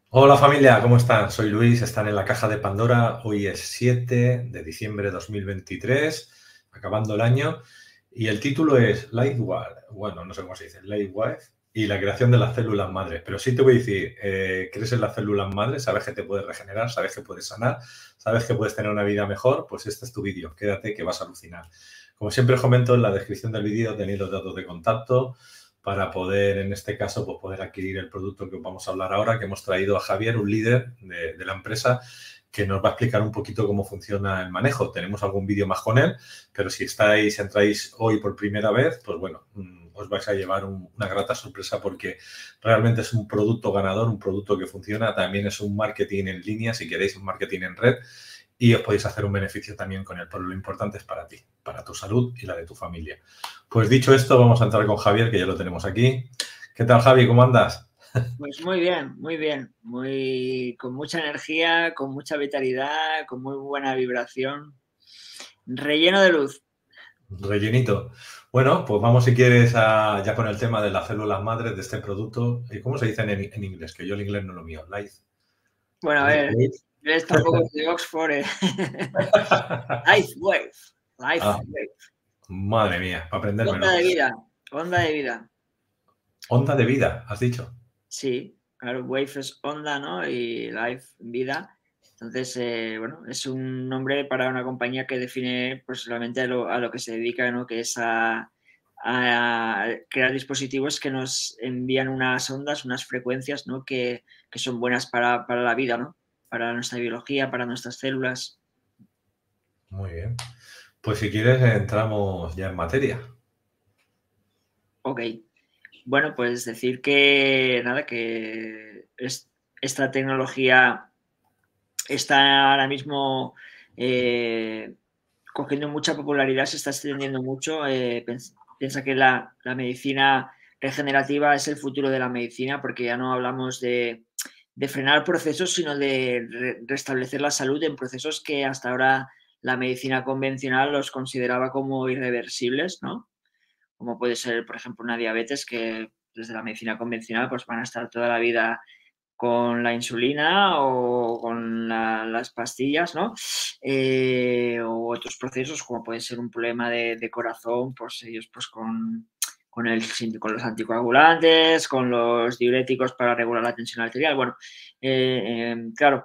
Hola familia, ¿cómo están? Soy Luis, están en la caja de Pandora. Hoy es 7 de diciembre de 2023, acabando el año, y el título es Lightwire, bueno, no sé cómo se dice, Lightwire, y la creación de las células madres. Pero sí te voy a decir, crees en las células madres, sabes que te puedes regenerar, sabes que puedes sanar, sabes que puedes tener una vida mejor, pues este es tu vídeo, quédate que vas a alucinar. Como siempre os comento, en la descripción del vídeo tenéis los datos de contacto para poder, en este caso, pues poder adquirir el producto que os vamos a hablar ahora, que hemos traído a Javier, un líder de la empresa, que nos va a explicar un poquito cómo funciona el manejo. Tenemos algún vídeo más con él, pero si entráis hoy por primera vez, pues bueno, os vais a llevar una grata sorpresa porque realmente es un producto ganador, un producto que funciona. También es un marketing en línea, si queréis, un marketing en red, y os podéis hacer un beneficio también con él, pero lo importante es para ti, para tu salud y la de tu familia. Pues dicho esto, vamos a entrar con Javier, que ya lo tenemos aquí. ¿Qué tal, Javi? ¿Cómo andas? Pues muy bien, con mucha energía, con mucha vitalidad, con muy buena vibración, relleno de luz. Rellenito. Bueno, pues vamos si quieres ya con el tema de las células madres de este producto. ¿Cómo se dice en inglés? Que yo el inglés no lo mío. Bueno, a Light ver, weight. inglés tampoco es de Oxford. Life Wave, Life Ah, Wave. madre mía, para Onda aprendérmelo. de vida, onda de vida. Onda de vida, has dicho. Sí, claro, Wave es onda, ¿no? Y Life, vida. Entonces, bueno, es un nombre para una compañía que define pues realmente a lo que se dedica, ¿no? Que es a crear dispositivos que nos envían unas ondas, unas frecuencias, ¿no? Que son buenas para la vida, ¿no? Para nuestra biología, para nuestras células. Muy bien. Pues si quieres, entramos ya en materia. Ok. Bueno, pues decir que nada, que esta tecnología está ahora mismo cogiendo mucha popularidad, se está extendiendo mucho. Piensa que la medicina regenerativa es el futuro de la medicina, porque ya no hablamos de frenar procesos, sino de restablecer la salud en procesos que hasta ahora la medicina convencional los consideraba como irreversibles, ¿no? Como puede ser, por ejemplo, una diabetes que desde la medicina convencional pues van a estar toda la vida con la insulina o con las pastillas, ¿no? O otros procesos como puede ser un problema de corazón, pues ellos pues con los anticoagulantes, con los diuréticos para regular la tensión arterial. Bueno, claro,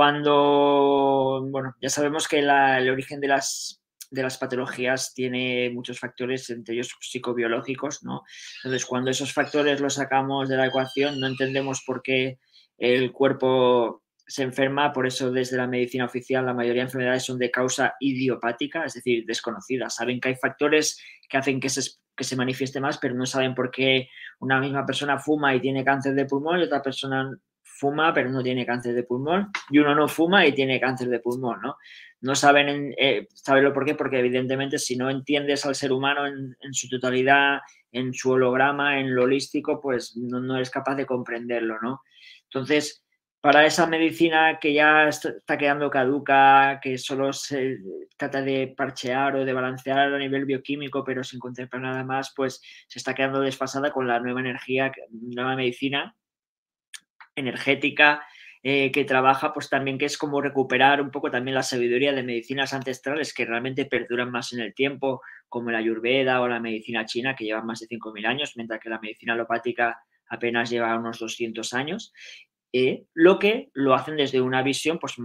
bueno, ya sabemos que el origen de las patologías tiene muchos factores, entre ellos psicobiológicos, ¿no? Entonces, cuando esos factores los sacamos de la ecuación, no entendemos por qué el cuerpo se enferma. Por eso desde la medicina oficial la mayoría de enfermedades son de causa idiopática, es decir, desconocida. Saben que hay factores que hacen que se manifieste más, pero no saben por qué una misma persona fuma y tiene cáncer de pulmón y otra persona fuma pero no tiene cáncer de pulmón, y uno no fuma y tiene cáncer de pulmón, ¿no? No saben saberlo por qué, porque evidentemente si no entiendes al ser humano en su totalidad, en su holograma, en lo holístico, pues no eres capaz de comprenderlo, ¿no? Entonces, para esa medicina que ya está quedando caduca, que solo se trata de parchear o de balancear a nivel bioquímico, pero sin contemplar nada más, pues se está quedando desfasada con la nueva nueva medicina energética que trabaja, pues también que es como recuperar un poco también la sabiduría de medicinas ancestrales que realmente perduran más en el tiempo, como la Ayurveda o la medicina china, que llevan más de 5.000 años, mientras que la medicina alopática apenas lleva unos 200 años. Lo que lo hacen desde una visión pues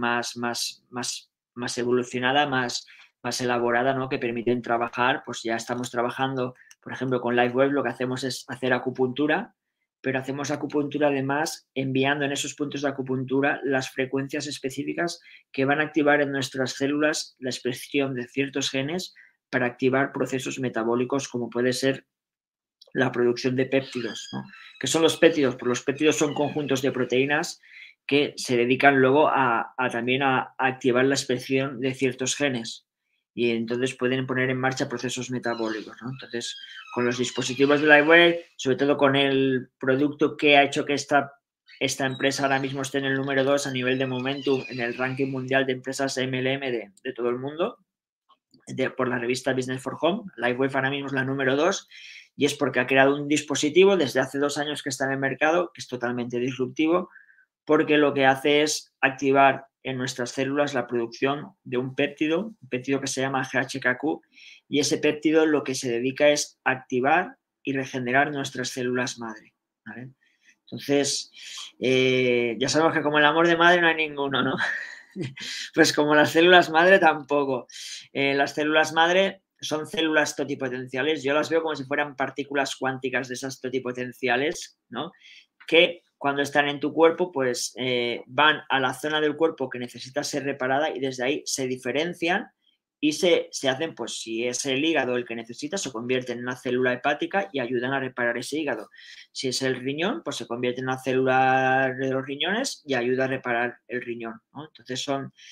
más evolucionada, más elaborada, ¿no? Que permiten trabajar, pues ya estamos trabajando, por ejemplo, con LifeWeb lo que hacemos es hacer acupuntura, pero hacemos acupuntura además enviando en esos puntos de acupuntura las frecuencias específicas que van a activar en nuestras células la expresión de ciertos genes para activar procesos metabólicos como puede ser la producción de péptidos, ¿no? ¿Qué son los péptidos? Pues los péptidos son conjuntos de proteínas que se dedican luego también a activar la expresión de ciertos genes y entonces pueden poner en marcha procesos metabólicos, ¿no? Entonces, con los dispositivos de LifeWave, sobre todo con el producto que ha hecho que esta empresa ahora mismo esté en el número 2 a nivel de momentum en el ranking mundial de empresas MLM de todo el mundo, por la revista Business for Home. LifeWave ahora mismo es la número 2 y es porque ha creado un dispositivo desde hace 2 años que está en el mercado, que es totalmente disruptivo, porque lo que hace es activar en nuestras células la producción de un péptido que se llama GHKQ, y ese péptido lo que se dedica es activar y regenerar nuestras células madre, ¿vale? Entonces, ya sabemos que como el amor de madre no hay ninguno, ¿no? Pues como las células madre tampoco. Las células madre son células totipotenciales. Yo las veo como si fueran partículas cuánticas de esas totipotenciales, ¿no? Que cuando están en tu cuerpo, pues van a la zona del cuerpo que necesita ser reparada y desde ahí se diferencian y se hacen, pues si es el hígado el que necesita, se convierte en una célula hepática y ayudan a reparar ese hígado. Si es el riñón, pues se convierte en una célula de los riñones y ayuda a reparar el riñón, ¿no? Entonces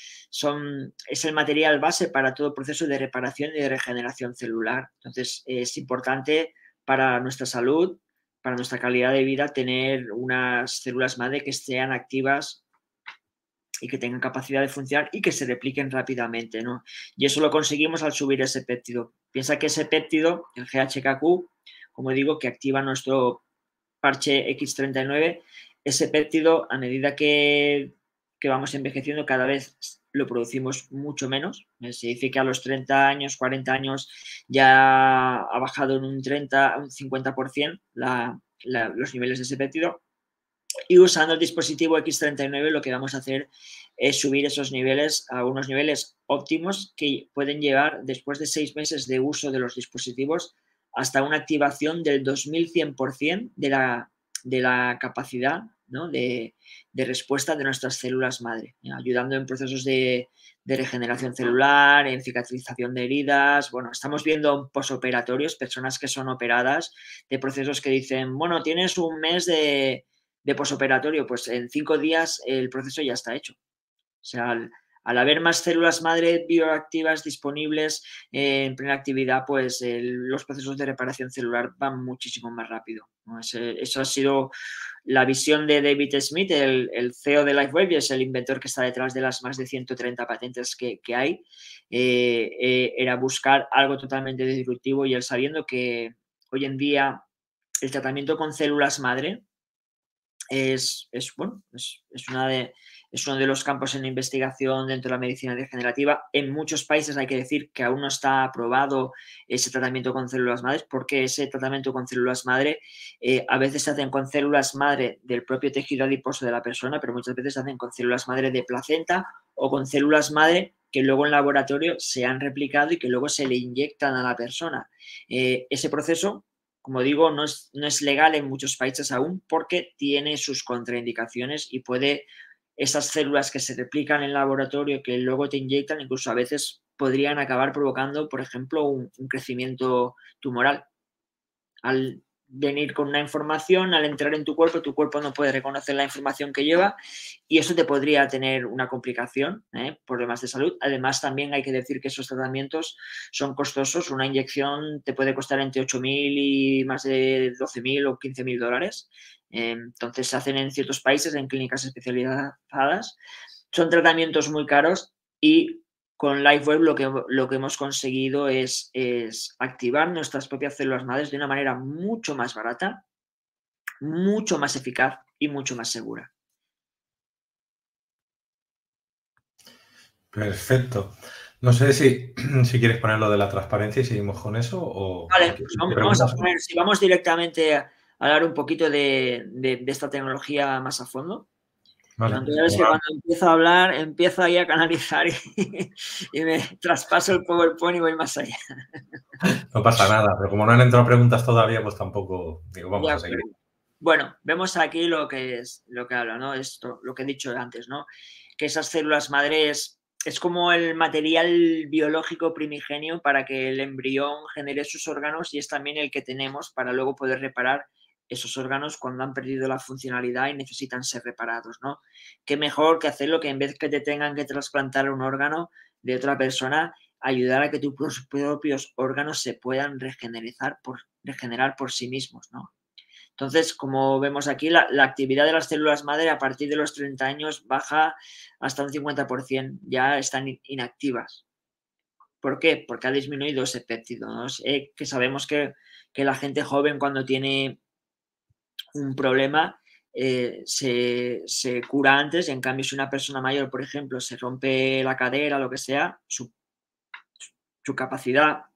es el material base para todo proceso de reparación y de regeneración celular. Entonces es importante para nuestra salud, para nuestra calidad de vida, tener unas células madre que sean activas y que tengan capacidad de funcionar y que se repliquen rápidamente, ¿no? Y eso lo conseguimos al subir ese péptido. Piensa que ese péptido, el GHKQ, como digo, que activa nuestro parche X39, ese péptido, a medida que vamos envejeciendo, cada vez lo producimos mucho menos. Se dice que a los 30 años, 40 años, ya ha bajado en un 30, un 50% los niveles de ese péptido. Y usando el dispositivo X39 lo que vamos a hacer es subir esos niveles a unos niveles óptimos que pueden llevar, después de 6 meses de uso de los dispositivos, hasta una activación del 2100% de la capacidad, ¿no? de respuesta de nuestras células madre, ¿no? Ayudando en procesos de regeneración celular, en cicatrización de heridas. Bueno, estamos viendo posoperatorios, personas que son operadas de procesos que dicen, bueno, tienes un mes de posoperatorio, pues en 5 días el proceso ya está hecho. O sea, al haber más células madre bioactivas disponibles en plena actividad, pues los procesos de reparación celular van muchísimo más rápido, ¿no? Eso ha sido la visión de David Smith, el CEO de LifeWave, y es el inventor que está detrás de las más de 130 patentes que hay. Era buscar algo totalmente disruptivo, y él, sabiendo que hoy en día el tratamiento con células madre bueno, es uno de los campos en investigación dentro de la medicina degenerativa. En muchos países hay que decir que aún no está aprobado ese tratamiento con células madres, porque ese tratamiento con células madre a veces se hacen con células madre del propio tejido adiposo de la persona, pero muchas veces se hacen con células madre de placenta o con células madre que luego en laboratorio se han replicado y que luego se le inyectan a la persona. Ese proceso, como digo, no es legal en muchos países aún, porque tiene sus contraindicaciones y esas células que se replican en laboratorio, que luego te inyectan, incluso a veces podrían acabar provocando, por ejemplo, un crecimiento tumoral. Al venir con una información, al entrar en tu cuerpo no puede reconocer la información que lleva, y eso te podría tener una complicación, problemas de salud. Además, también hay que decir que esos tratamientos son costosos. Una inyección te puede costar entre 8.000 y más de 12.000 o 15.000 dólares. Entonces, se hacen en ciertos países, en clínicas especializadas. Son tratamientos muy caros, y con LifeWave lo que hemos conseguido es activar nuestras propias células madres de una manera mucho más barata, mucho más eficaz y mucho más segura. Perfecto. No sé si quieres poner lo de la transparencia y seguimos con eso, o... Vale, pues vamos a poner, si vamos directamente a hablar un poquito de esta tecnología más a fondo. Vale. Ya ves que cuando empiezo a hablar, empiezo ahí a canalizar y me traspaso el PowerPoint y voy más allá. No pasa nada, pero como no han entrado preguntas todavía, pues tampoco digo, vamos a seguir. Bueno, vemos aquí lo que habla, ¿no? Esto, lo que he dicho antes, ¿no? Que esas células madres es como el material biológico primigenio para que el embrión genere sus órganos, y es también el que tenemos para luego poder reparar esos órganos cuando han perdido la funcionalidad y necesitan ser reparados, ¿no? Qué mejor que hacerlo, que en vez que te tengan que trasplantar un órgano de otra persona, ayudar a que tus propios órganos se puedan regenerar por sí mismos, ¿no? Entonces, como vemos aquí, la actividad de las células madre a partir de los 30 años baja hasta un 50%, ya están inactivas. ¿Por qué? Porque ha disminuido ese péptido, ¿no? Que sabemos que la gente joven, cuando tiene un problema, se cura antes, y en cambio si una persona mayor, por ejemplo, se rompe la cadera, lo que sea, su capacidad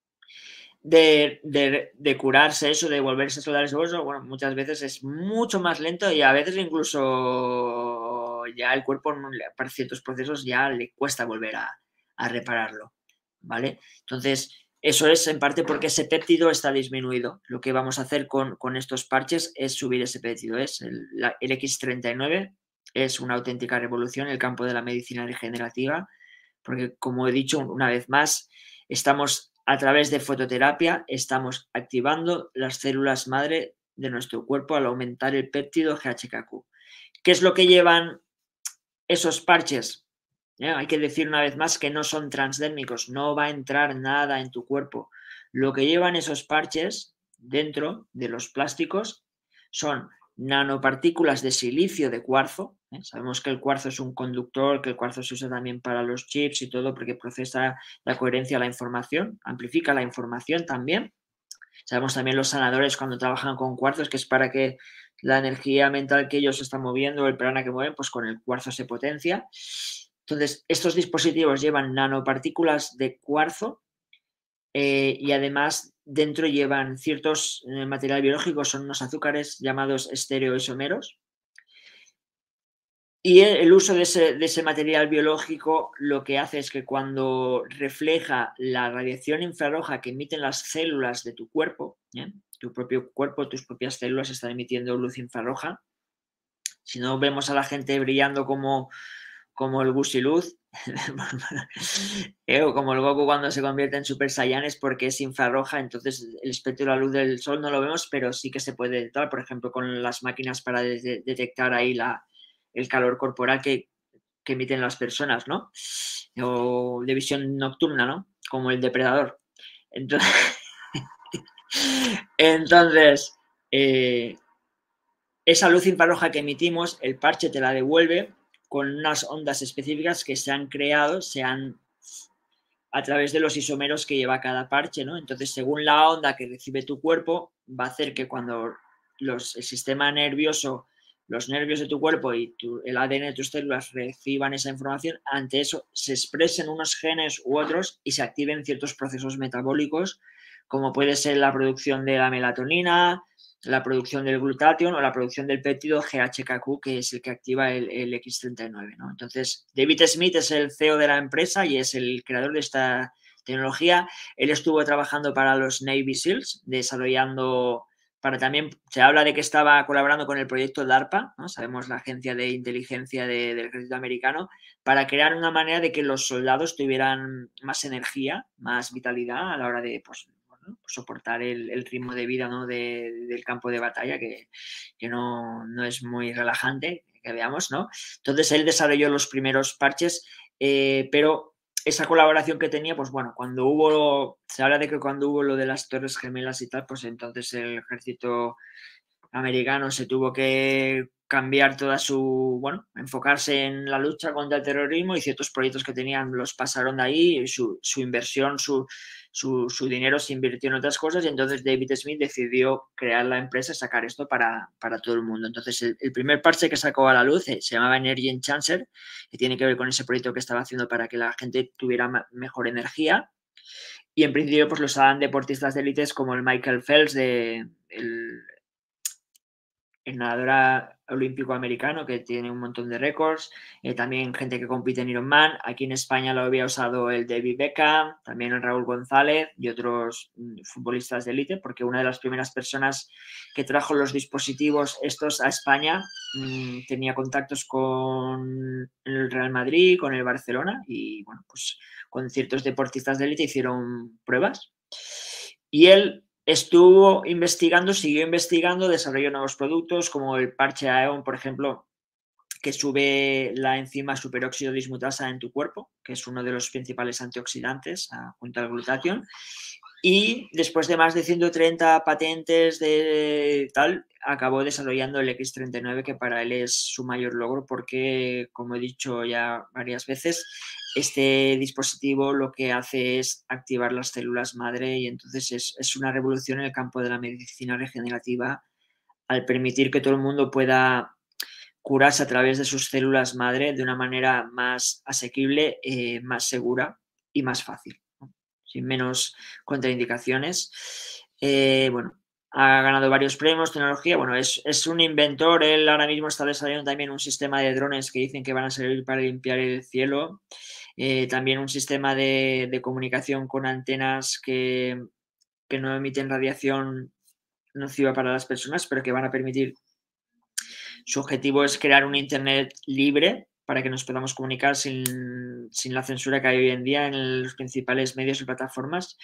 de curarse eso, de volverse a soldar ese hueso, bueno, muchas veces es mucho más lento y a veces incluso ya el cuerpo para ciertos procesos ya le cuesta volver a repararlo, ¿vale? Entonces, eso es en parte porque ese péptido está disminuido. Lo que vamos a hacer con estos parches es subir ese péptido. El X39 es una auténtica revolución en el campo de la medicina regenerativa, porque como he dicho una vez más, estamos a través de fototerapia, estamos activando las células madre de nuestro cuerpo al aumentar el péptido GHKQ. ¿Qué es lo que llevan esos parches? Hay que decir una vez más que no son transdérmicos, no va a entrar nada en tu cuerpo. Lo que llevan esos parches dentro de los plásticos son nanopartículas de silicio de cuarzo. Sabemos que el cuarzo es un conductor, que el cuarzo se usa también para los chips y todo porque procesa la coherencia de la información, amplifica la información también. Sabemos también los sanadores cuando trabajan con cuarzos que es para que la energía mental que ellos están moviendo, el prana que mueven, pues con el cuarzo se potencia. Entonces, estos dispositivos llevan nanopartículas de cuarzo y además dentro llevan ciertos material biológico, son unos azúcares llamados estereoisomeros. Y el uso de ese material biológico lo que hace es que cuando refleja la radiación infrarroja que emiten las células de tu cuerpo, tu propio cuerpo, tus propias células están emitiendo luz infrarroja. Si no vemos a la gente brillando como el Gusiluz, o como el Goku cuando se convierte en Super Saiyan es porque es infrarroja, entonces el espectro de la luz del sol no lo vemos, pero sí que se puede detectar, por ejemplo, con las máquinas para detectar ahí el calor corporal que emiten las personas, ¿no? O de visión nocturna, ¿no? Como el depredador. Entonces esa luz infrarroja que emitimos, el parche te la devuelve con unas ondas específicas que se han creado, a través de los isomeros que lleva cada parche, ¿no? Entonces, según la onda que recibe tu cuerpo, va a hacer que cuando el sistema nervioso, los nervios de tu cuerpo y el ADN de tus células reciban esa información, ante eso se expresen unos genes u otros y se activen ciertos procesos metabólicos, como puede ser la producción de la melatonina, la producción del glutatión o la producción del péptido GHKQ, que es el que activa el X39, ¿no? Entonces, David Smith es el CEO de la empresa y es el creador de esta tecnología. Él estuvo trabajando para los Navy SEALs, desarrollando, también se habla de que estaba colaborando con el proyecto DARPA, ¿no? Sabemos la agencia de inteligencia del ejército americano, para crear una manera de que los soldados tuvieran más energía, más vitalidad a la hora de, pues, soportar el ritmo de vida, ¿no? del campo de batalla, que no es muy relajante, que veamos, ¿no? Entonces él desarrolló los primeros parches, pero esa colaboración que tenía, pues bueno, se habla de que cuando hubo lo de las Torres Gemelas y tal, pues entonces el ejército americano se tuvo que cambiar enfocarse en la lucha contra el terrorismo y ciertos proyectos que tenían los pasaron de ahí, y su inversión, su dinero se invirtió en otras cosas y entonces David Smith decidió crear la empresa y sacar esto para todo el mundo. Entonces el primer parche que sacó a la luz se llamaba Energy Enhancer, que tiene que ver con ese proyecto que estaba haciendo para que la gente tuviera mejor energía. Y en principio pues lo usaban deportistas de élites como el Michael Phelps, el nadador olímpico americano, que tiene un montón de récords, también gente que compite en Ironman. Aquí en España lo había usado el David Beckham, también el Raúl González y otros futbolistas de élite, porque una de las primeras personas que trajo los dispositivos estos a España tenía contactos con el Real Madrid, con el Barcelona, y bueno, pues con ciertos deportistas de élite hicieron pruebas. Y él siguió investigando, desarrolló nuevos productos como el parche AEON, por ejemplo, que sube la enzima superóxido dismutasa en tu cuerpo, que es uno de los principales antioxidantes junto al glutatión. Y después de más de 130 patentes de tal, acabó desarrollando el X39, que para él es su mayor logro porque, como he dicho ya varias veces, este dispositivo lo que hace es activar las células madre y entonces es una revolución en el campo de la medicina regenerativa al permitir que todo el mundo pueda curarse a través de sus células madre de una manera más asequible, más segura y más fácil, ¿no? Sin menos contraindicaciones. Bueno, ha ganado varios premios, tecnología. Bueno, es un inventor. Él ahora mismo está desarrollando también un sistema de drones que dicen que van a servir para limpiar el cielo. También un sistema de comunicación con antenas que no emiten radiación nociva para las personas, pero que van a permitir. Su objetivo es crear un Internet libre para que nos podamos comunicar sin la censura que hay hoy en día en los principales medios y plataformas.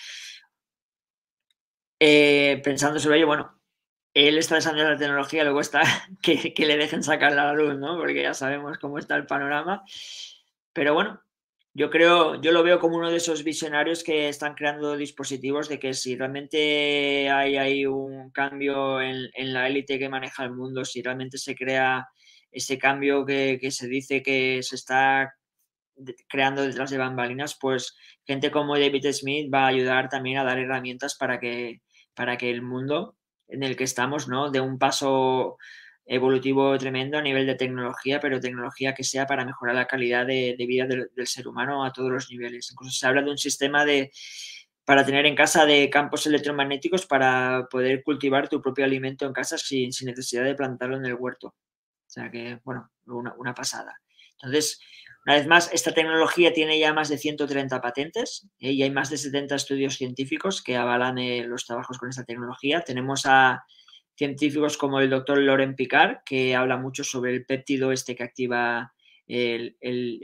Pensando sobre ello, bueno, él está desarrollando la tecnología, luego está que le dejen sacarla a la luz, ¿no? Porque ya sabemos cómo está el panorama. Pero bueno, yo lo veo como uno de esos visionarios que están creando dispositivos de que si realmente hay un cambio en la élite que maneja el mundo, si realmente se crea ese cambio que se dice que se está creando detrás de bambalinas, pues gente como David Smith va a ayudar también a dar herramientas para que el mundo en el que estamos, ¿no?, dé un paso evolutivo tremendo a nivel de tecnología, pero tecnología que sea para mejorar la calidad de vida del ser humano a todos los niveles. Incluso se habla de un sistema para tener en casa de campos electromagnéticos para poder cultivar tu propio alimento en casa sin necesidad de plantarlo en el huerto. O sea que, bueno, una pasada. Entonces, una vez más, esta tecnología tiene ya más de 130 patentes y hay más de 70 estudios científicos que avalan los trabajos con esta tecnología. Tenemos a científicos como el doctor Laurent Picard, que habla mucho sobre el péptido este que activa el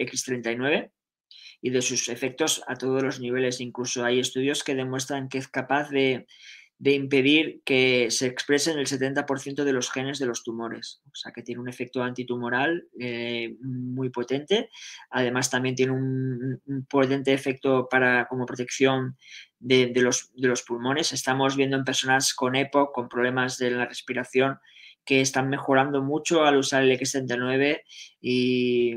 X39 y de sus efectos a todos los niveles. Incluso hay estudios que demuestran que es capaz de impedir que se expresen el 70% de los genes de los tumores. O sea, que tiene un efecto antitumoral muy potente. Además, también tiene un potente efecto como protección de los pulmones. Estamos viendo en personas con EPOC, con problemas de la respiración, que están mejorando mucho al usar el X39 y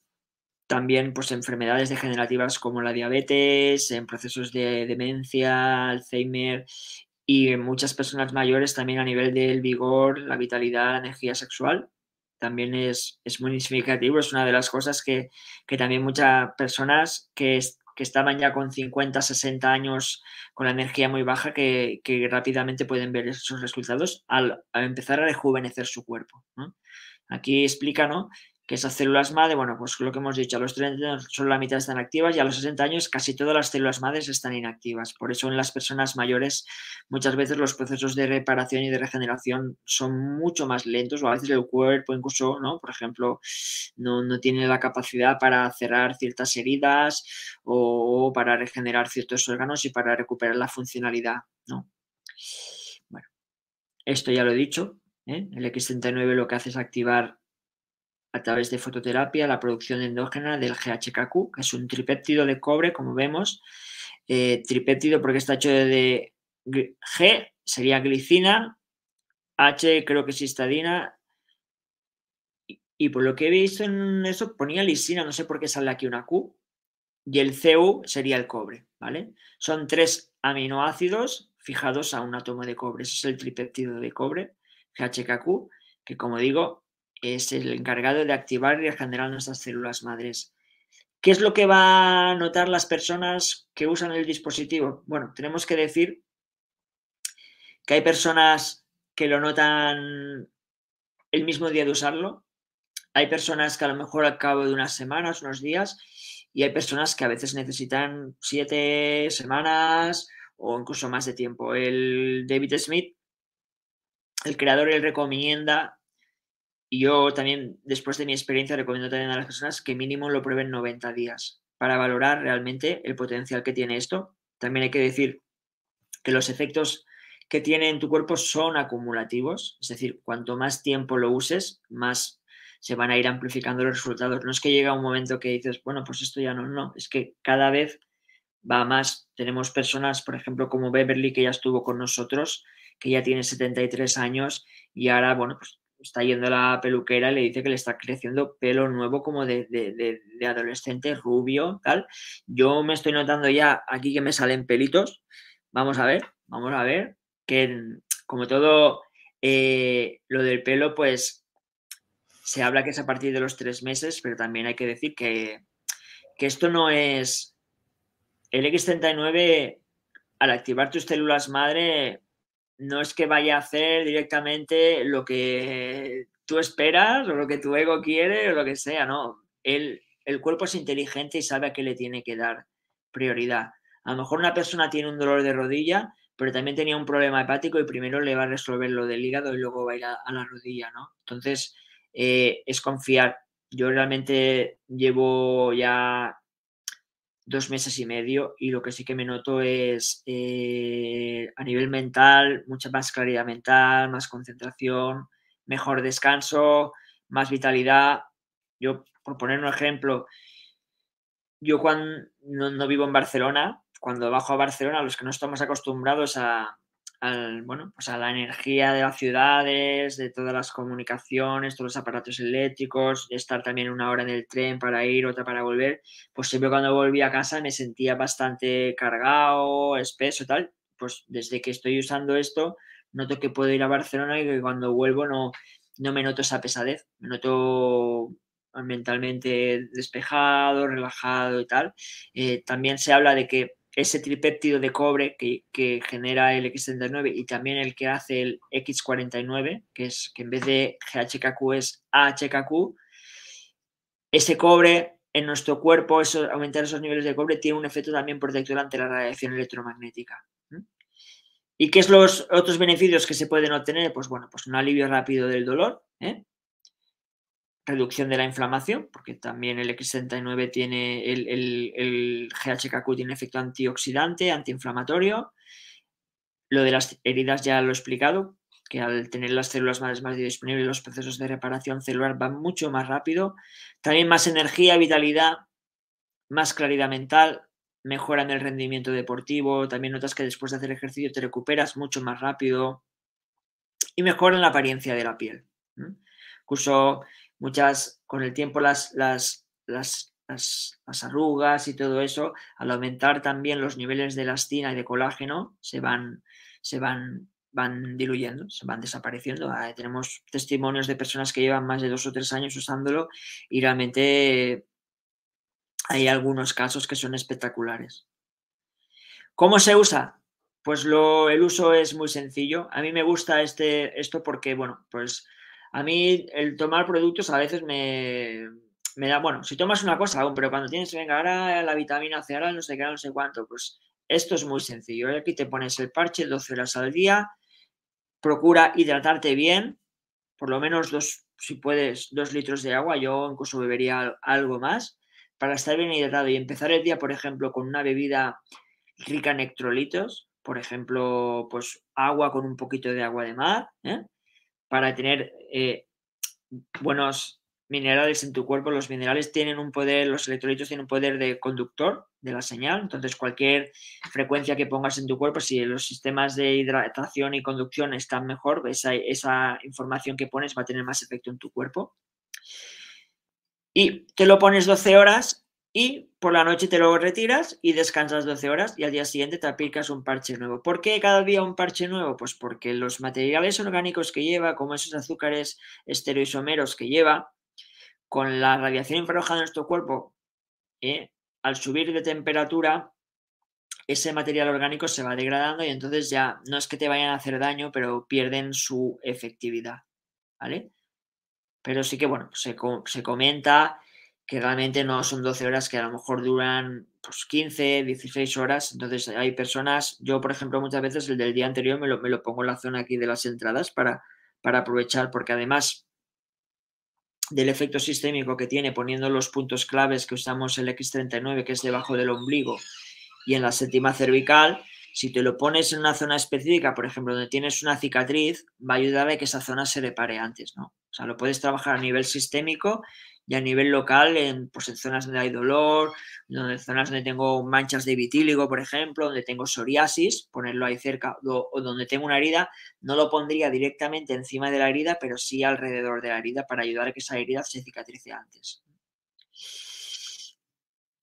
también pues enfermedades degenerativas como la diabetes, en procesos de demencia, Alzheimer y en muchas personas mayores también a nivel del vigor, la vitalidad, la energía sexual. También es muy significativo, es una de las cosas que también muchas personas que estaban ya con 50, 60 años con la energía muy baja, que rápidamente pueden ver esos resultados al empezar a rejuvenecer su cuerpo, ¿no? Aquí explica, ¿no?, que esas células madre, bueno, pues lo que hemos dicho, a los 30 años solo la mitad están activas y a los 60 años casi todas las células madres están inactivas. Por eso en las personas mayores muchas veces los procesos de reparación y de regeneración son mucho más lentos o a veces el cuerpo incluso, ¿no?, por ejemplo, no tiene la capacidad para cerrar ciertas heridas o para regenerar ciertos órganos y para recuperar la funcionalidad, ¿no? Bueno, esto ya lo he dicho, ¿eh? El X39 lo que hace es activar a través de fototerapia la producción endógena del GHKQ, que es un tripéptido de cobre, como vemos. Tripéptido porque está hecho de G, sería glicina, H creo que es histidina, y por lo que he visto en eso ponía lisina, no sé por qué sale aquí una Q, y el Cu sería el cobre, ¿vale? Son 3 aminoácidos fijados a un átomo de cobre. Ese es el tripéptido de cobre, GHKQ, que como digo, es el encargado de activar y regenerar nuestras células madres. ¿Qué es lo que va a notar las personas que usan el dispositivo? Bueno, tenemos que decir que hay personas que lo notan el mismo día de usarlo, hay personas que a lo mejor al cabo de unas semanas, unos días, y hay personas que a veces necesitan 7 semanas o incluso más de tiempo. El David Smith, el creador, él recomienda, y yo también, después de mi experiencia, recomiendo también a las personas que mínimo lo prueben 90 días para valorar realmente el potencial que tiene esto. También hay que decir que los efectos que tiene en tu cuerpo son acumulativos, es decir, cuanto más tiempo lo uses, más se van a ir amplificando los resultados. No es que llega un momento que dices, bueno, pues esto ya no, es que cada vez va más. Tenemos personas, por ejemplo, como Beverly, que ya estuvo con nosotros, que ya tiene 73 años y ahora, bueno, pues está yendo a la peluquera y le dice que le está creciendo pelo nuevo como de adolescente, rubio, tal. Yo me estoy notando ya aquí que me salen pelitos. Vamos a ver, que como todo Lo del pelo, pues se habla que es a partir de los 3 meses, pero también hay que decir que esto no es... El X39, al activar tus células madre, no es que vaya a hacer directamente lo que tú esperas o lo que tu ego quiere o lo que sea, no. El cuerpo es inteligente y sabe a qué le tiene que dar prioridad. A lo mejor una persona tiene un dolor de rodilla, pero también tenía un problema hepático y primero le va a resolver lo del hígado y luego va a ir a la rodilla, ¿no? Entonces, es confiar. Yo realmente llevo ya 2 meses y medio y lo que sí que me noto es a nivel mental, mucha más claridad mental, más concentración, mejor descanso, más vitalidad. Yo, por poner un ejemplo, yo cuando no vivo en Barcelona, cuando bajo a Barcelona, los que no estamos acostumbrados bueno, pues a la energía de las ciudades, de todas las comunicaciones, todos los aparatos eléctricos, estar también una hora en el tren para ir, otra para volver, pues siempre cuando volví a casa me sentía bastante cargado, espeso y tal. Pues desde que estoy usando esto, noto que puedo ir a Barcelona y que cuando vuelvo no me noto esa pesadez, me noto mentalmente despejado, relajado y tal. También se habla de que ese tripéptido de cobre que genera el X39 y también el que hace el X49, que es que en vez de GHKQ es AHKQ, ese cobre en nuestro cuerpo, aumentar esos niveles de cobre, tiene un efecto también protector ante la radiación electromagnética. ¿Y qué es los otros beneficios que se pueden obtener? Pues bueno, pues un alivio rápido del dolor, reducción de la inflamación, porque también el X69 tiene, el GHKQ tiene efecto antioxidante, antiinflamatorio. Lo de las heridas ya lo he explicado, que al tener las células madres más disponibles, los procesos de reparación celular van mucho más rápido. También más energía, vitalidad, más claridad mental, mejora en el rendimiento deportivo. También notas que después de hacer ejercicio te recuperas mucho más rápido y mejora en la apariencia de la piel. Incluso con el tiempo las arrugas y todo eso, al aumentar también los niveles de elastina y de colágeno, van diluyendo, se van desapareciendo. Tenemos testimonios de personas que llevan más de 2 o 3 años usándolo y realmente hay algunos casos que son espectaculares. ¿Cómo se usa? Pues el uso es muy sencillo. A mí me gusta esto porque, bueno, pues a mí el tomar productos a veces me da, bueno, si tomas una cosa aún, pero cuando tienes, venga, ahora la vitamina C, ahora no sé qué, no sé cuánto, pues esto es muy sencillo. Aquí te pones el parche 12 horas al día, procura hidratarte bien, por lo menos si puedes, 2 litros de agua, yo incluso bebería algo más, para estar bien hidratado y empezar el día, por ejemplo, con una bebida rica en electrolitos, por ejemplo, pues agua con un poquito de agua de mar, para tener buenos minerales en tu cuerpo. Los minerales tienen un poder, los electrolitos tienen un poder de conductor de la señal, entonces cualquier frecuencia que pongas en tu cuerpo, si los sistemas de hidratación y conducción están mejor, esa información que pones va a tener más efecto en tu cuerpo. Y te lo pones 12 horas y por la noche te lo retiras y descansas 12 horas y al día siguiente te aplicas un parche nuevo. ¿Por qué cada día un parche nuevo? Pues porque los materiales orgánicos que lleva, como esos azúcares estereoisómeros que lleva, con la radiación infrarroja de nuestro cuerpo, al subir de temperatura, ese material orgánico se va degradando y entonces ya no es que te vayan a hacer daño, pero pierden su efectividad, ¿vale? Pero sí que, bueno, se comenta que realmente no son 12 horas, que a lo mejor duran pues 15, 16 horas. Entonces hay personas, yo por ejemplo muchas veces el del día anterior me lo pongo en la zona aquí de las entradas para aprovechar, porque además del efecto sistémico que tiene poniendo los puntos claves que usamos el X39, que es debajo del ombligo y en la séptima cervical, si te lo pones en una zona específica, por ejemplo, donde tienes una cicatriz, va a ayudar a que esa zona se repare antes, ¿no? O sea, lo puedes trabajar a nivel sistémico y a nivel local, pues en zonas donde hay dolor, en zonas donde tengo manchas de vitíligo, por ejemplo, donde tengo psoriasis, ponerlo ahí cerca, o donde tengo una herida, no lo pondría directamente encima de la herida, pero sí alrededor de la herida para ayudar a que esa herida se cicatrice antes.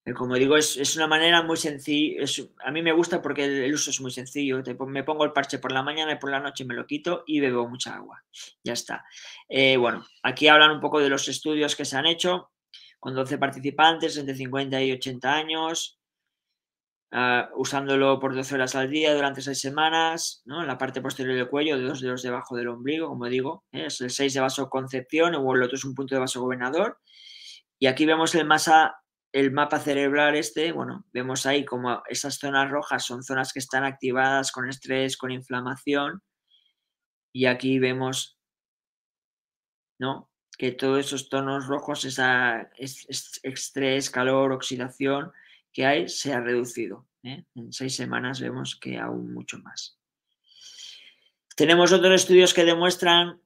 Como digo, es una manera muy sencilla. A mí me gusta porque el uso es muy sencillo. Me pongo el parche por la mañana y por la noche me lo quito y bebo mucha agua. Ya está. Bueno, aquí hablan un poco de los estudios que se han hecho con 12 participantes entre 50 y 80 años, usándolo por 12 horas al día durante 6 semanas, ¿no? En la parte posterior del cuello, de 2 dedos debajo del ombligo, como digo. Es el 6 de vasoconcepción, o el otro es un punto de vasogobernador. Y aquí vemos el mapa cerebral bueno, vemos ahí como esas zonas rojas son zonas que están activadas con estrés, con inflamación. Y aquí vemos, ¿no?, que todos esos tonos rojos, estrés, calor, oxidación que hay, se ha reducido. En 6 semanas vemos que aún mucho más. Tenemos otros estudios que demuestran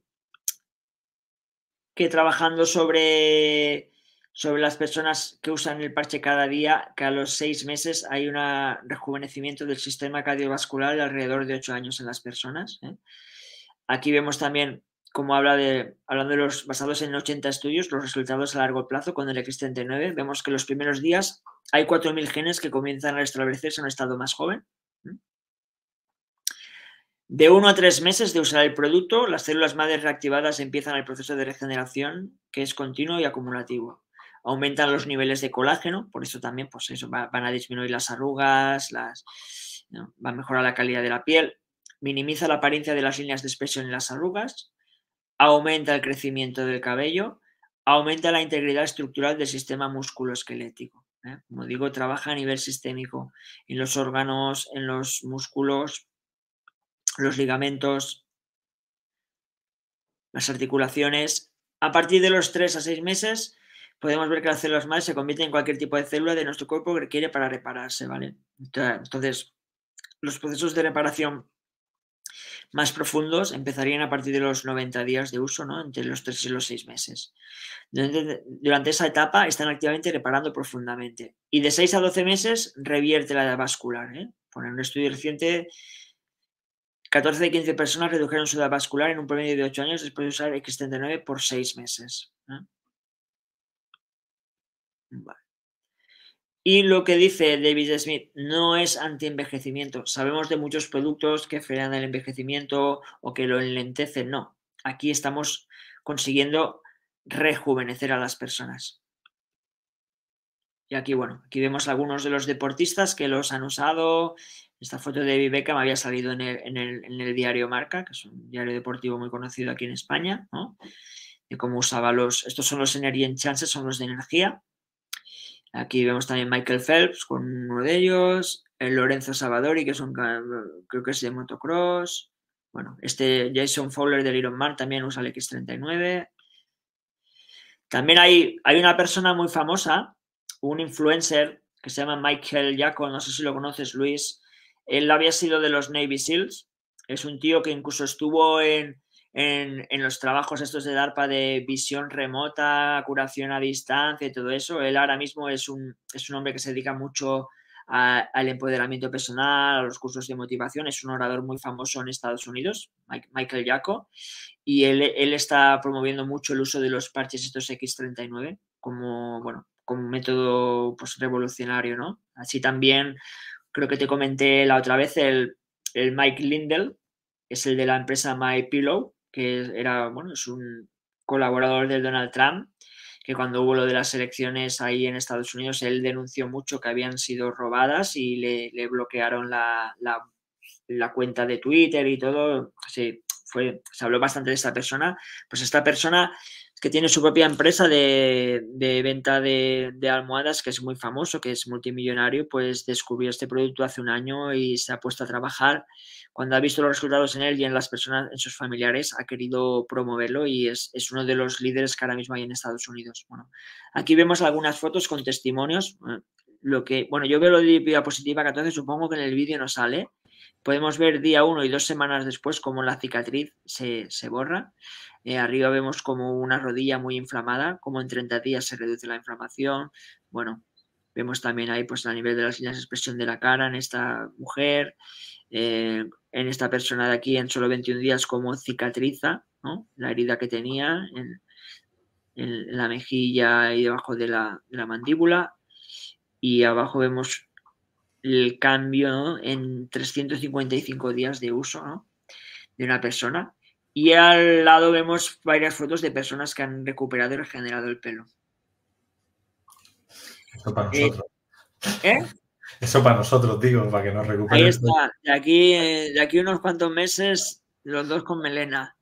que trabajando sobre las personas que usan el parche cada día, que a los 6 meses hay un rejuvenecimiento del sistema cardiovascular de alrededor de 8 años en las personas. Aquí vemos también, como hablando de los basados en 80 estudios, los resultados a largo plazo con el X39. Vemos que en los primeros días hay 4.000 genes que comienzan a restablecerse en un estado más joven. De 1 a 3 meses de usar el producto, las células madres reactivadas empiezan el proceso de regeneración, que es continuo y acumulativo. Aumentan los niveles de colágeno, por eso también pues eso, van a disminuir las arrugas, ¿no?, va a mejorar la calidad de la piel, minimiza la apariencia de las líneas de expresión en las arrugas, aumenta el crecimiento del cabello, aumenta la integridad estructural del sistema musculoesquelético. Como digo, trabaja a nivel sistémico, en los órganos, en los músculos, los ligamentos, las articulaciones. A partir de los 3 a 6 meses podemos ver que las células madre se convierten en cualquier tipo de célula de nuestro cuerpo que requiere para repararse, ¿vale? Entonces, los procesos de reparación más profundos empezarían a partir de los 90 días de uso, ¿no?, entre los 3 y los 6 meses. Durante esa etapa están activamente reparando profundamente. Y de 6 a 12 meses revierte la edad vascular. Por un estudio reciente, 14 de 15 personas redujeron su edad vascular en un promedio de 8 años después de usar X39 por 6 meses. Vale. Y lo que dice David Smith no es anti-envejecimiento. Sabemos de muchos productos que frenan el envejecimiento o que lo enlentecen. No. Aquí estamos consiguiendo rejuvenecer a las personas. Y aquí, bueno, aquí vemos algunos de los deportistas que los han usado. Esta foto de David Beckham había salido en el diario Marca, que es un diario deportivo muy conocido aquí en España, ¿no?, de cómo usaba estos son los Energy Enhancers, son los de energía. Aquí vemos también Michael Phelps con uno de ellos, el Lorenzo Savadori, que creo que es de motocross. Bueno, Jason Fowler del Ironman también usa el X39. También hay una persona muy famosa, un influencer que se llama Michael Jaco, no sé si lo conoces, Luis. Él había sido de los Navy SEALs. Es un tío que incluso estuvo en los trabajos estos de DARPA de visión remota, curación a distancia y todo eso. Él ahora mismo es un hombre que se dedica mucho al empoderamiento personal, a los cursos de motivación. Es un orador muy famoso en Estados Unidos, Michael Jaco, y él está promoviendo mucho el uso de los parches estos X39 como un método pues revolucionario, ¿no? Así también creo que te comenté la otra vez el Mike Lindell, es el de la empresa MyPillow, que es un colaborador del Donald Trump, que cuando hubo lo de las elecciones ahí en Estados Unidos, él denunció mucho que habían sido robadas y le bloquearon la cuenta de Twitter y todo. Sí, se habló bastante de esta persona. Pues esta persona que tiene su propia empresa de venta de almohadas, que es muy famoso, que es multimillonario, pues descubrió este producto hace un año y se ha puesto a trabajar. Cuando ha visto los resultados en él y en las personas, en sus familiares, ha querido promoverlo y es uno de los líderes que ahora mismo hay en Estados Unidos. Bueno, aquí vemos algunas fotos con testimonios. Yo veo lo de diapositiva 14, supongo que en el vídeo no sale. Podemos ver día 1 y 2 semanas después cómo la cicatriz se borra. Arriba vemos como una rodilla muy inflamada, como en 30 días se reduce la inflamación. Bueno, vemos también ahí pues a nivel de las líneas de expresión de la cara en esta mujer, en esta persona de aquí en solo 21 días cómo cicatriza, ¿no?, la herida que tenía en la mejilla y debajo de la mandíbula. y abajo vemos el cambio, ¿no?, en 355 días de uso, ¿no?, de una persona. Y al lado vemos varias fotos de personas que han recuperado y regenerado el pelo. Eso para Eh, nosotros. ¿Eh? Eso para nosotros, digo, para que nos recupere Ahí el pelo. está. De aquí unos cuantos meses, los dos con melena.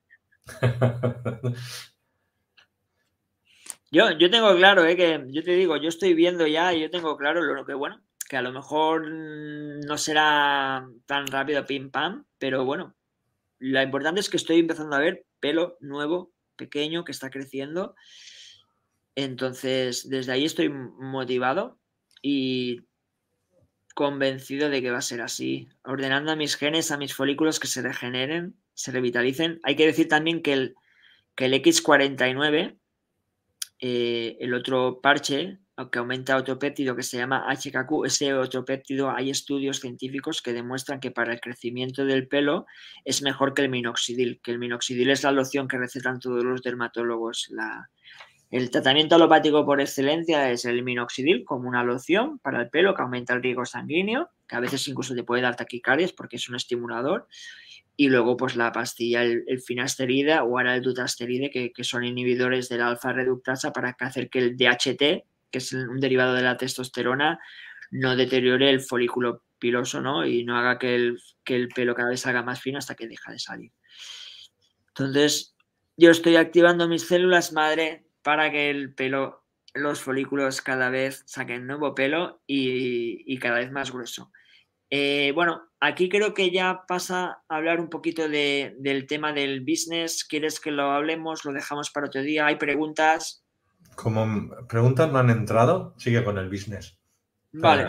Yo tengo claro, que yo te digo, yo estoy viendo ya y yo tengo claro lo que, bueno, que a lo mejor no será tan rápido pim pam, pero bueno, lo importante es que estoy empezando a ver pelo nuevo, pequeño, que está creciendo. Entonces, desde ahí estoy motivado y convencido de que va a ser así, ordenando a mis genes, a mis folículos que se regeneren, se revitalicen. Hay que decir también que el X49, el otro parche, que aumenta otro péptido que se llama HKQ, ese otro péptido, hay estudios científicos que demuestran que para el crecimiento del pelo es mejor que el minoxidil, es la loción que recetan todos los dermatólogos. El tratamiento alopático por excelencia es el minoxidil como una loción para el pelo que aumenta el riego sanguíneo, que a veces incluso te puede dar taquicardias porque es un estimulador. Y luego, pues la pastilla, el finasterida o ahora el dutasteride, que son inhibidores de la alfa reductasa para hacer que el DHT, que es un derivado de la testosterona, no deteriore el folículo piloso, ¿no?, y no haga que el pelo cada vez salga más fino hasta que deja de salir. Entonces, yo estoy activando mis células madre para que el pelo, los folículos cada vez saquen nuevo pelo y cada vez más grueso. Bueno, aquí creo que ya pasa a hablar un poquito del tema del business. ¿Quieres que lo hablemos? ¿Lo dejamos para otro día? ¿Hay preguntas? Como preguntas no han entrado, sigue con el business. Vale.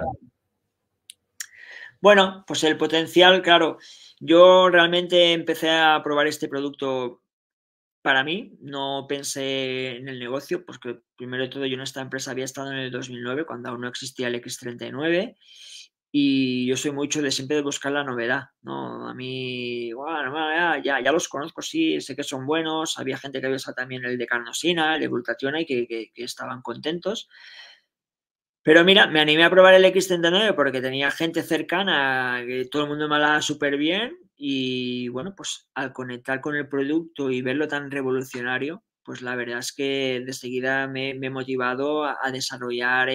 Bueno, pues el potencial, claro. Yo realmente empecé a probar este producto para mí, no pensé en el negocio, porque primero de todo yo en esta empresa había estado en el 2009, cuando aún no existía el X39, y yo soy mucho de siempre de buscar la novedad, ¿no? A mí, bueno, ya los conozco, sí, sé que son buenos, había gente que había usado también el de carnosina, el de glutationa y que estaban contentos. Pero mira, me animé a probar el X39 porque tenía gente cercana, que todo el mundo me hablaba súper bien y bueno, pues al conectar con el producto y verlo tan revolucionario, pues la verdad es que de seguida me he motivado a desarrollar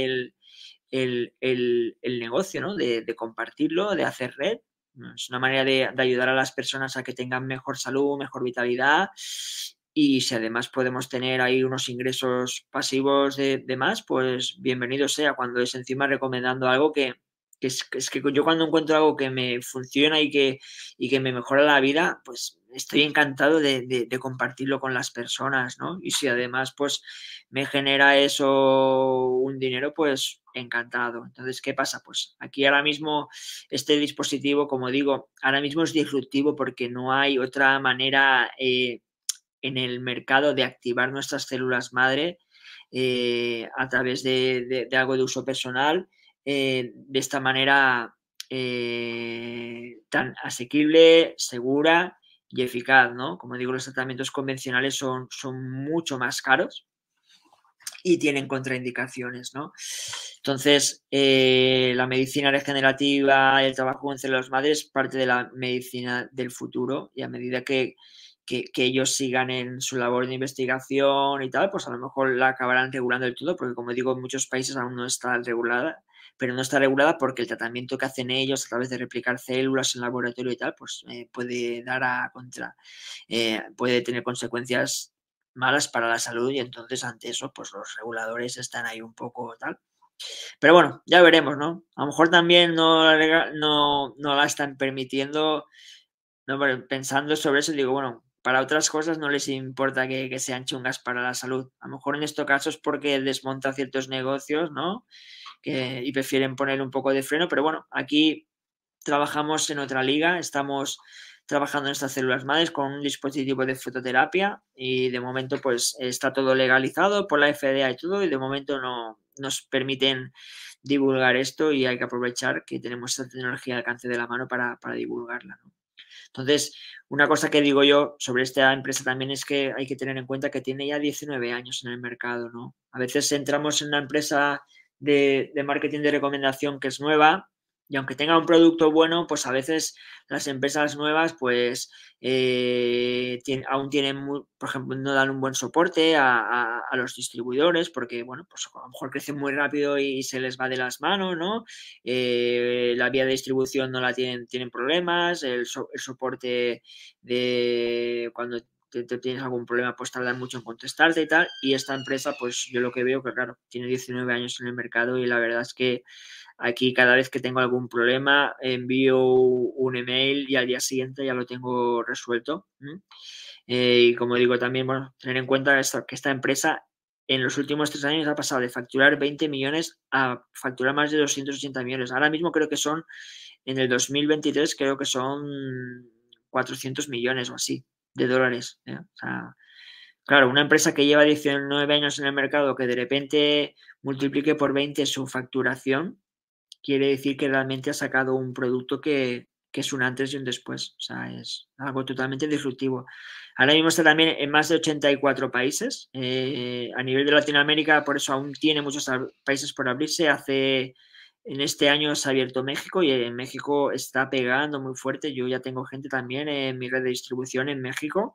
el negocio, ¿no? De compartirlo, de hacer red. Es una manera de ayudar a las personas a que tengan mejor salud, mejor vitalidad y si además podemos tener ahí unos ingresos pasivos de más, pues bienvenido sea. Cuando es encima recomendando algo que yo cuando encuentro algo que me funciona y que me mejora la vida, pues estoy encantado de compartirlo con las personas, ¿no? Y si además pues me genera eso un dinero, pues encantado. Entonces, ¿qué pasa? Pues aquí ahora mismo este dispositivo, como digo, ahora mismo es disruptivo porque no hay otra manera en el mercado de activar nuestras células madre a través de algo de uso personal de esta manera tan asequible, segura y eficaz, ¿no? Como digo, los tratamientos convencionales son mucho más caros y tienen contraindicaciones, ¿no? Entonces, la medicina regenerativa, el trabajo con células madres es parte de la medicina del futuro y a medida que ellos sigan en su labor de investigación y tal, pues a lo mejor la acabarán regulando del todo, porque como digo, en muchos países aún no está regulada, pero no está regulada porque el tratamiento que hacen ellos a través de replicar células en laboratorio y tal, pues puede dar puede tener consecuencias malas para la salud y entonces ante eso pues los reguladores están ahí un poco tal. Pero bueno, ya veremos, ¿no? A lo mejor también no la están permitiendo, no, pensando sobre eso digo, bueno, para otras cosas no les importa que sean chungas para la salud. A lo mejor en estos casos es porque desmonta ciertos negocios, ¿no? Y prefieren poner un poco de freno, pero bueno, aquí trabajamos en otra liga, estamos trabajando en estas células madres con un dispositivo de fototerapia y de momento pues está todo legalizado por la FDA y todo y de momento no nos permiten divulgar esto y hay que aprovechar que tenemos esta tecnología al alcance de la mano para divulgarla, ¿no? Entonces, una cosa que digo yo sobre esta empresa también es que hay que tener en cuenta que tiene ya 19 años en el mercado, ¿no? A veces entramos en una empresa de marketing de recomendación que es nueva. Y aunque tenga un producto bueno, pues a veces las empresas nuevas pues aún tienen, por ejemplo, no dan un buen soporte a los distribuidores porque, bueno, pues a lo mejor crecen muy rápido y se les va de las manos, ¿no? La vía de distribución no la tienen problemas, el soporte de cuando te tienes algún problema, pues tardan mucho en contestarte y tal. Y esta empresa, pues yo lo que veo que, claro, tiene 19 años en el mercado y la verdad es que aquí cada vez que tengo algún problema envío un email y al día siguiente ya lo tengo resuelto. Y como digo también, bueno, tener en cuenta que esta empresa en los últimos 3 años ha pasado de facturar 20 millones a facturar más de 280 millones. Ahora mismo creo que son, en el 2023 creo que son 400 millones o así de dólares. O sea, claro, una empresa que lleva 19 años en el mercado que de repente multiplique por 20 su facturación, quiere decir que realmente ha sacado un producto que es un antes y un después. O sea, es algo totalmente disruptivo. Ahora mismo está también en más de 84 países. A nivel de Latinoamérica, por eso aún tiene muchos países por abrirse. En este año se ha abierto México y en México está pegando muy fuerte. Yo ya tengo gente también en mi red de distribución en México.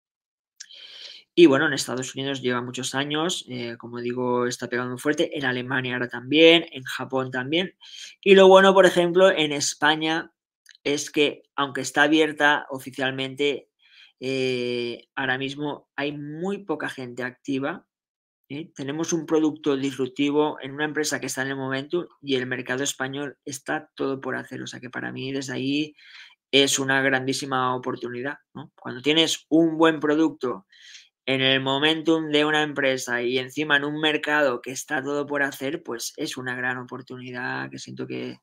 Y bueno, en Estados Unidos lleva muchos años, como digo, está pegando muy fuerte, en Alemania ahora también, en Japón también. Y lo bueno, por ejemplo, en España es que, aunque está abierta oficialmente, ahora mismo hay muy poca gente activa. Tenemos un producto disruptivo en una empresa que está en el momento y el mercado español está todo por hacer. O sea que para mí desde ahí es una grandísima oportunidad, ¿no? Cuando tienes un buen producto en el momentum de una empresa y encima en un mercado que está todo por hacer, pues es una gran oportunidad que siento que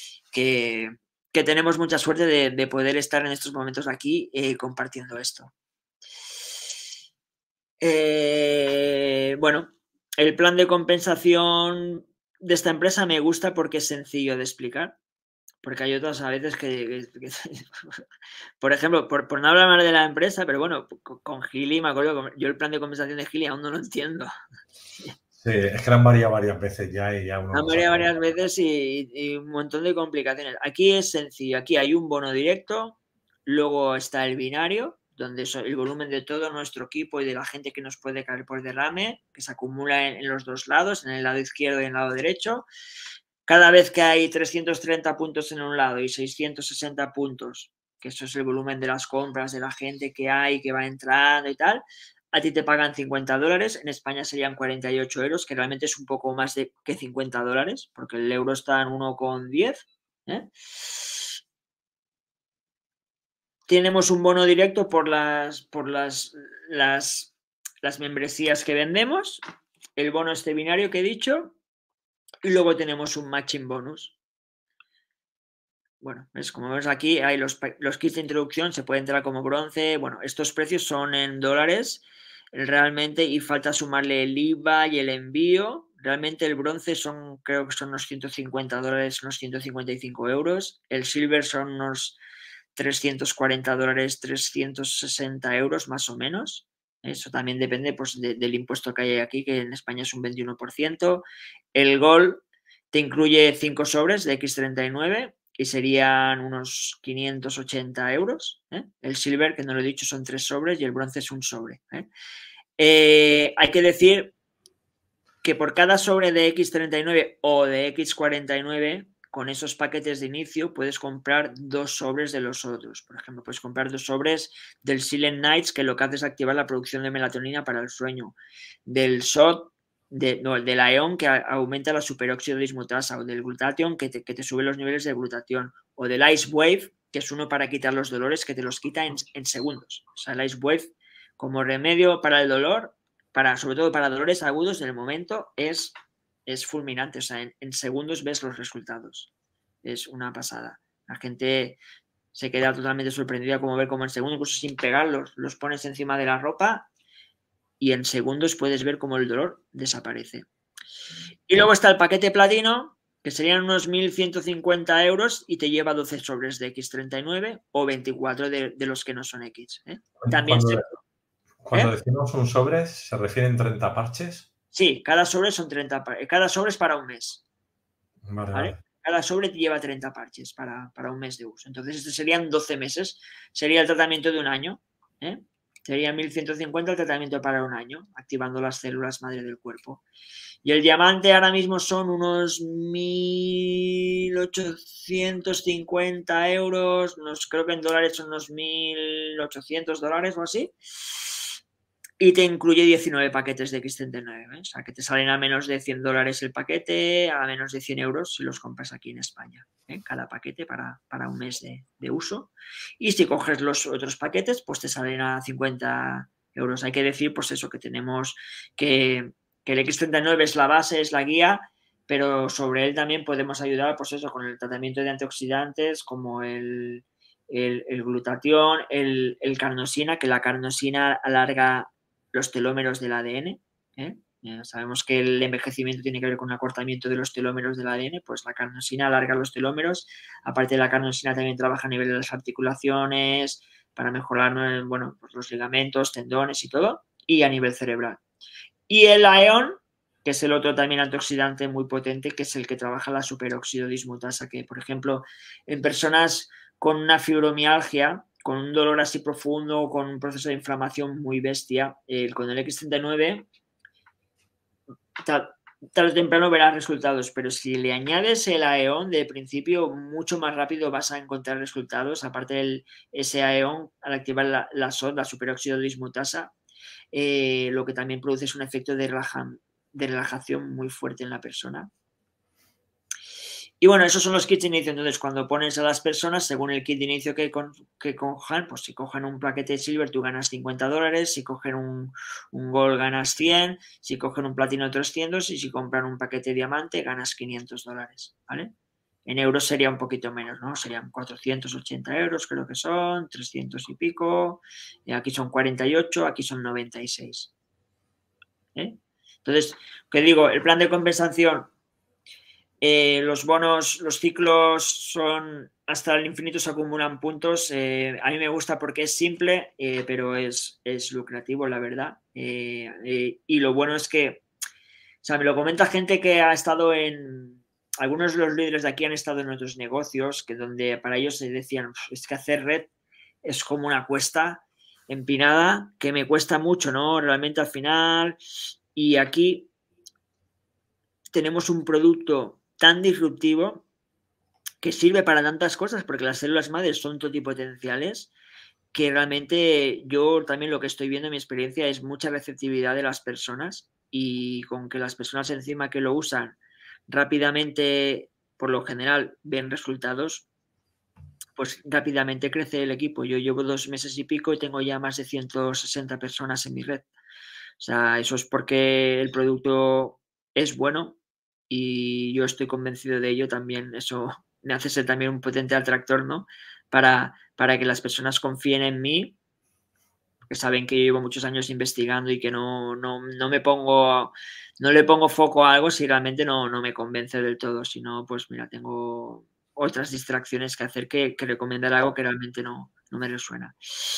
tenemos mucha suerte de poder estar en estos momentos aquí compartiendo esto. Bueno, el plan de compensación de esta empresa me gusta porque es sencillo de explicar. Porque hay otras a veces que por ejemplo, por no hablar mal de la empresa, pero bueno, con Geely, me acuerdo, yo el plan de compensación de Geely aún no lo entiendo. Sí, es que han variado varias veces ya y ya uno Han no sabe. variado varias veces y un montón de complicaciones. Aquí es sencillo, aquí hay un bono directo, luego está el binario, donde es el volumen de todo nuestro equipo y de la gente que nos puede caer por derrame, que se acumula en los dos lados, en el lado izquierdo y en el lado derecho. Cada vez que hay 330 puntos en un lado y 660 puntos, que eso es el volumen de las compras, de la gente que hay, que va entrando y tal, a ti te pagan $50, en España serían 48 euros, que realmente es un poco más que $50, porque el euro está en 1,10. Tenemos un bono directo por las membresías que vendemos, el bono este binario que he dicho, y luego tenemos un matching bonus. Bueno, es como ves aquí, hay los kits de introducción, se puede entrar como bronce. Bueno, estos precios son en dólares realmente y falta sumarle el IVA y el envío. Realmente el bronce creo que son unos $150, unos 155 euros. El silver son unos $340, 360 euros más o menos. Eso también depende pues, del impuesto que hay aquí, que en España es un 21%. El gold te incluye 5 sobres de X39 y serían unos 580 euros. El silver, que no lo he dicho, son 3 sobres y el bronce es un sobre. Hay que decir que por cada sobre de X39 o de X49, con esos paquetes de inicio puedes comprar 2 sobres de los otros. Por ejemplo, puedes comprar 2 sobres del Silent Nights, que lo que hace es activar la producción de melatonina para el sueño. Del SOT, del AEON, que aumenta la superóxido dismutasa, o del Glutathione, que te sube los niveles de glutatión, o del Ice Wave, que es uno para quitar los dolores, que te los quita en segundos. O sea, el Ice Wave como remedio para el dolor, sobre todo para dolores agudos, en el momento es fulminante. O sea, en segundos ves los resultados. Es una pasada. La gente se queda totalmente sorprendida como ver cómo en segundos, incluso sin pegarlos, los pones encima de la ropa y en segundos puedes ver cómo el dolor desaparece. Y luego está el paquete platino, que serían unos 1.150 euros y te lleva 12 sobres de X39 o 24 de los que no son X. También Cuando decimos un sobre, ¿se refieren 30 parches? Sí, cada sobre son 30, cada sobre es para un mes. Vale, ¿Vale? vale. Cada sobre lleva 30 parches para un mes de uso. Entonces, este serían 12 meses. Sería el tratamiento de un año. ¿eh? Sería 1150 el tratamiento para un año, activando las células madre del cuerpo. Y el diamante ahora mismo son unos 1.850 euros. Creo que en dólares son unos 1.800 dólares o así. Y te incluye 19 paquetes de X39, ¿eh? O sea, que te salen a menos de 100 dólares el paquete, a menos de 100 euros si los compras aquí en España. Cada paquete para un mes de uso. Y si coges los otros paquetes, pues te salen a 50 euros. Hay que decir, pues eso, que tenemos que el X39 es la base, es la guía, pero sobre él también podemos ayudar, pues eso, con el tratamiento de antioxidantes como el glutatión, el carnosina, que la carnosina alarga los telómeros del ADN. Sabemos que el envejecimiento tiene que ver con un acortamiento de los telómeros del ADN, pues la carnosina alarga los telómeros. Aparte de la carnosina también trabaja a nivel de las articulaciones para mejorar, bueno, pues los ligamentos, tendones y todo, y a nivel cerebral. Y el AEON, que es el otro también antioxidante muy potente, que es el que trabaja la superóxido dismutasa, que por ejemplo en personas con una fibromialgia, con un dolor así profundo, con un proceso de inflamación muy bestia, con el X39 tarde o temprano verás resultados, pero si le añades el AEON, de principio mucho más rápido vas a encontrar resultados. Aparte del ese AEON, al activar la SOD, la superóxido dismutasa, lo que también produce es un efecto de relajación muy fuerte en la persona. Y bueno, esos son los kits de inicio. Entonces, cuando pones a las personas, según el kit de inicio que cojan, pues si cogen un paquete de silver, tú ganas 50 dólares. Si cogen un gold, ganas 100. Si cogen un platino, 300. Y si compran un paquete de diamante, ganas 500 dólares. ¿Vale? En euros sería un poquito menos, ¿no? Serían 480 euros, creo que son, 300 y pico. Y aquí son 48, aquí son 96. Entonces, ¿qué digo? El plan de compensación. Los bonos, los ciclos son hasta el infinito, se acumulan puntos. A mí me gusta porque es simple, pero es lucrativo, la verdad. Y lo bueno es que, o sea, me lo comenta gente que ha estado en... Algunos de los líderes de aquí han estado en otros negocios, que donde para ellos se decían, es que hacer red es como una cuesta empinada, que me cuesta mucho, ¿no? Realmente al final. Y aquí tenemos un producto tan disruptivo que sirve para tantas cosas, porque las células madres son totipotenciales, que realmente yo también lo que estoy viendo en mi experiencia es mucha receptividad de las personas, y con que las personas encima que lo usan rápidamente, por lo general, ven resultados, pues rápidamente crece el equipo. Yo llevo 2 meses y pico y tengo ya más de 160 personas en mi red. O sea, eso es porque el producto es bueno y yo estoy convencido de ello también. Eso me hace ser también un potente atractor, ¿no? Para que las personas confíen en mí, porque saben que yo llevo muchos años investigando y que no le pongo foco a algo si realmente no me convence del todo. Si no, pues mira, tengo otras distracciones que hacer que recomendar algo que realmente no me resuena.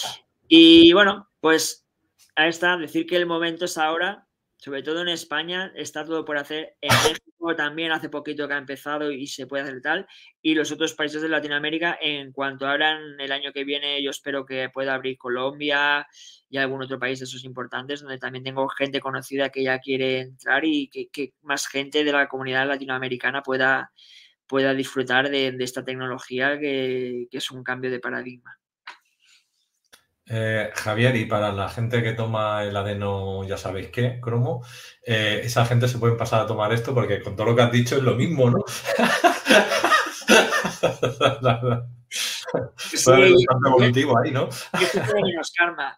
Y bueno, pues ahí está, decir que el momento es ahora, sobre todo en España, está todo por hacer. En México también hace poquito que ha empezado y se puede hacer tal. Y los otros países de Latinoamérica, en cuanto abran el año que viene, yo espero que pueda abrir Colombia y algún otro país de esos importantes, donde también tengo gente conocida que ya quiere entrar y que más gente de la comunidad latinoamericana pueda disfrutar de esta tecnología que es un cambio de paradigma. Javier, y para la gente que toma el adeno, ya sabéis qué, cromo, esa gente se pueden pasar a tomar esto porque con todo lo que has dicho es lo mismo, ¿no? Sí, puede haber un salto evolutivo ahí, ¿no? Y esto tiene menos karma.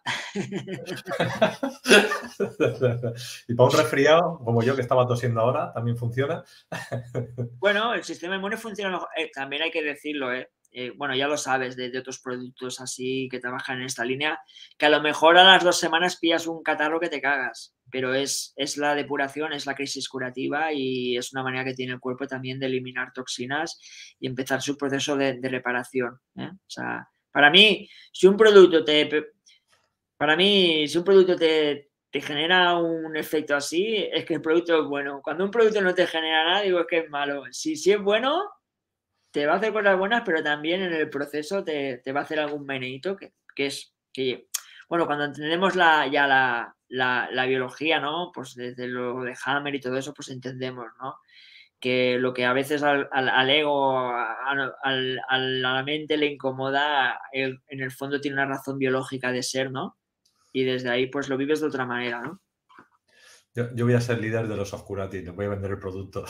Y para un resfriado, como yo que estaba tosiendo ahora, también funciona. Bueno, el sistema inmune funciona mejor. También hay que decirlo, bueno, ya lo sabes de otros productos así que trabajan en esta línea, que a lo mejor a las 2 semanas pillas un catarro que te cagas, pero es la depuración, es la crisis curativa y es una manera que tiene el cuerpo también de eliminar toxinas y empezar su proceso de reparación. O sea, para mí, si un producto te te genera un efecto así, es que el producto es bueno. Cuando un producto no te genera nada, digo, es que es malo. Si es bueno, te va a hacer cosas buenas, pero también en el proceso te va a hacer algún meneíto bueno, cuando entendemos la biología, ¿no? Pues desde lo de Hammer y todo eso, pues entendemos, ¿no? Que lo que a veces al ego, a la mente le incomoda, en el fondo tiene una razón biológica de ser, ¿no? Y desde ahí pues lo vives de otra manera, ¿no? Yo voy a ser líder de los Oscurati, les voy a vender el producto.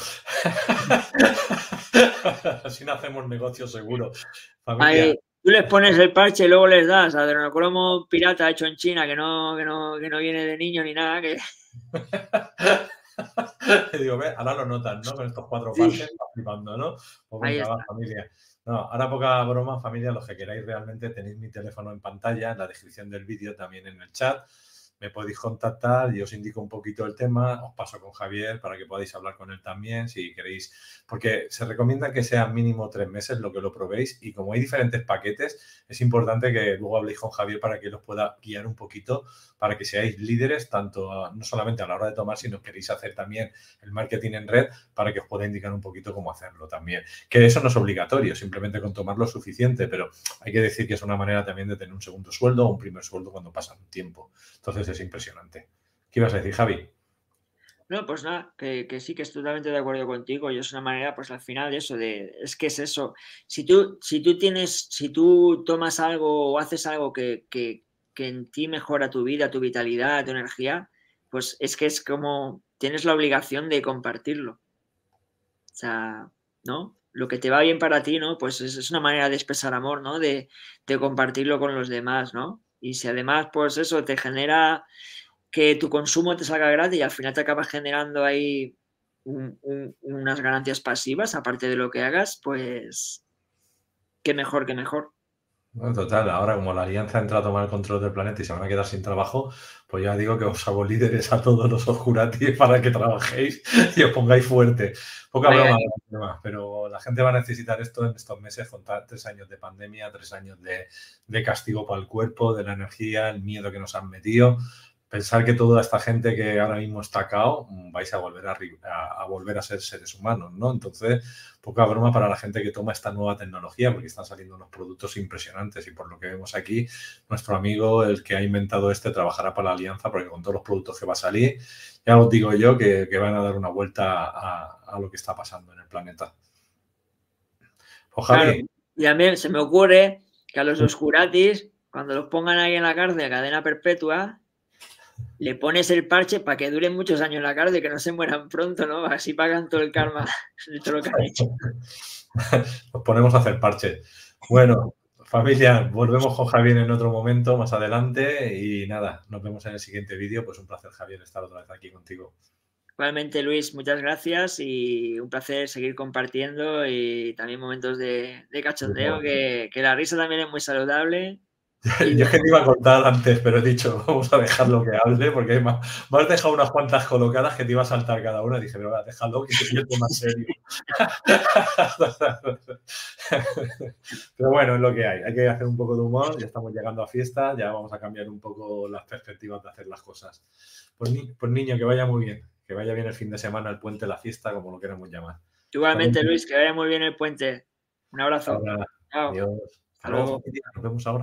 Así no hacemos negocio seguro. Familia. Ahí, tú les pones el parche y luego les das adrenocromo pirata hecho en China que no viene de niño ni nada. Que... Y digo, ve, ahora lo notan, ¿no? Con estos 4 Sí. parches, está flipando, ¿no? Pues Ahí venga, va, está. familia. No, ahora poca broma, familia, los que queráis realmente tenéis mi teléfono en pantalla, en la descripción del vídeo, también en el chat. Me podéis contactar y os indico un poquito el tema, os paso con Javier para que podáis hablar con él también si queréis, porque se recomienda que sea mínimo 3 meses lo que lo probéis y como hay diferentes paquetes, es importante que luego habléis con Javier para que los pueda guiar un poquito, para que seáis líderes, tanto no solamente a la hora de tomar, sino que queréis hacer también el marketing en red para que os pueda indicar un poquito cómo hacerlo también. Que eso no es obligatorio, simplemente con tomarlo es suficiente, pero hay que decir que es una manera también de tener un segundo sueldo o un primer sueldo cuando pasa un tiempo. Entonces es impresionante. ¿Qué ibas a decir, Javi? No, pues nada, que sí, que estoy totalmente de acuerdo contigo. Y es una manera, pues al final de eso, es que es eso. Si tú tomas algo o haces algo que en ti mejora tu vida, tu vitalidad, tu energía, pues es que es como tienes la obligación de compartirlo. O sea, ¿no? Lo que te va bien para ti, ¿no? Pues es una manera de expresar amor, ¿no? De compartirlo con los demás, ¿no? Y si además, pues eso te genera que tu consumo te salga gratis y al final te acabas generando ahí unas ganancias pasivas, aparte de lo que hagas, pues qué mejor, qué mejor. No, total, ahora como la Alianza entra a tomar el control del planeta y se van a quedar sin trabajo, pues ya digo que os hago líderes a todos los Oscurati para que trabajéis y os pongáis fuerte. Poca broma, pero la gente va a necesitar esto en estos meses con 3 años de pandemia, 3 años de castigo para el cuerpo, de la energía, el miedo que nos han metido. Pensar que toda esta gente que ahora mismo está cao, vais a volver a volver a ser seres humanos, ¿no? Entonces, poca broma para la gente que toma esta nueva tecnología, porque están saliendo unos productos impresionantes y por lo que vemos aquí, nuestro amigo, el que ha inventado trabajará para la Alianza, porque con todos los productos que va a salir, ya os digo yo que van a dar una vuelta a lo que está pasando en el planeta. Pues, Javi. Claro, y a mí se me ocurre que a los Oscuratis, cuando los pongan ahí en la cárcel, cadena perpetua, le pones el parche para que duren muchos años en la cárcel, que no se mueran pronto, ¿no? Así pagan todo el karma de todo lo que han hecho. Nos ponemos a hacer parches. Bueno, familia, volvemos con Javier en otro momento, más adelante. Y nada, nos vemos en el siguiente vídeo. Pues un placer, Javier, estar otra vez aquí contigo. Igualmente, Luis, muchas gracias y un placer seguir compartiendo y también momentos de cachondeo, que la risa también es muy saludable. Yo es que te iba a contar antes, pero he dicho, vamos a dejarlo que hable, porque me has dejado unas cuantas colocadas que te iba a saltar cada una. Dije, pero déjalo, que es el tema serio. Pero bueno, es lo que hay que hacer un poco de humor, ya estamos llegando a fiesta, ya vamos a cambiar un poco las perspectivas de hacer las cosas. Pues niño, que vaya muy bien, que vaya bien el fin de semana, el puente, la fiesta, como lo queramos llamar. Igualmente, Luis, que vaya muy bien el puente. Un abrazo. Ahora, Chao. adiós. Hasta luego, familia. Nos vemos ahora.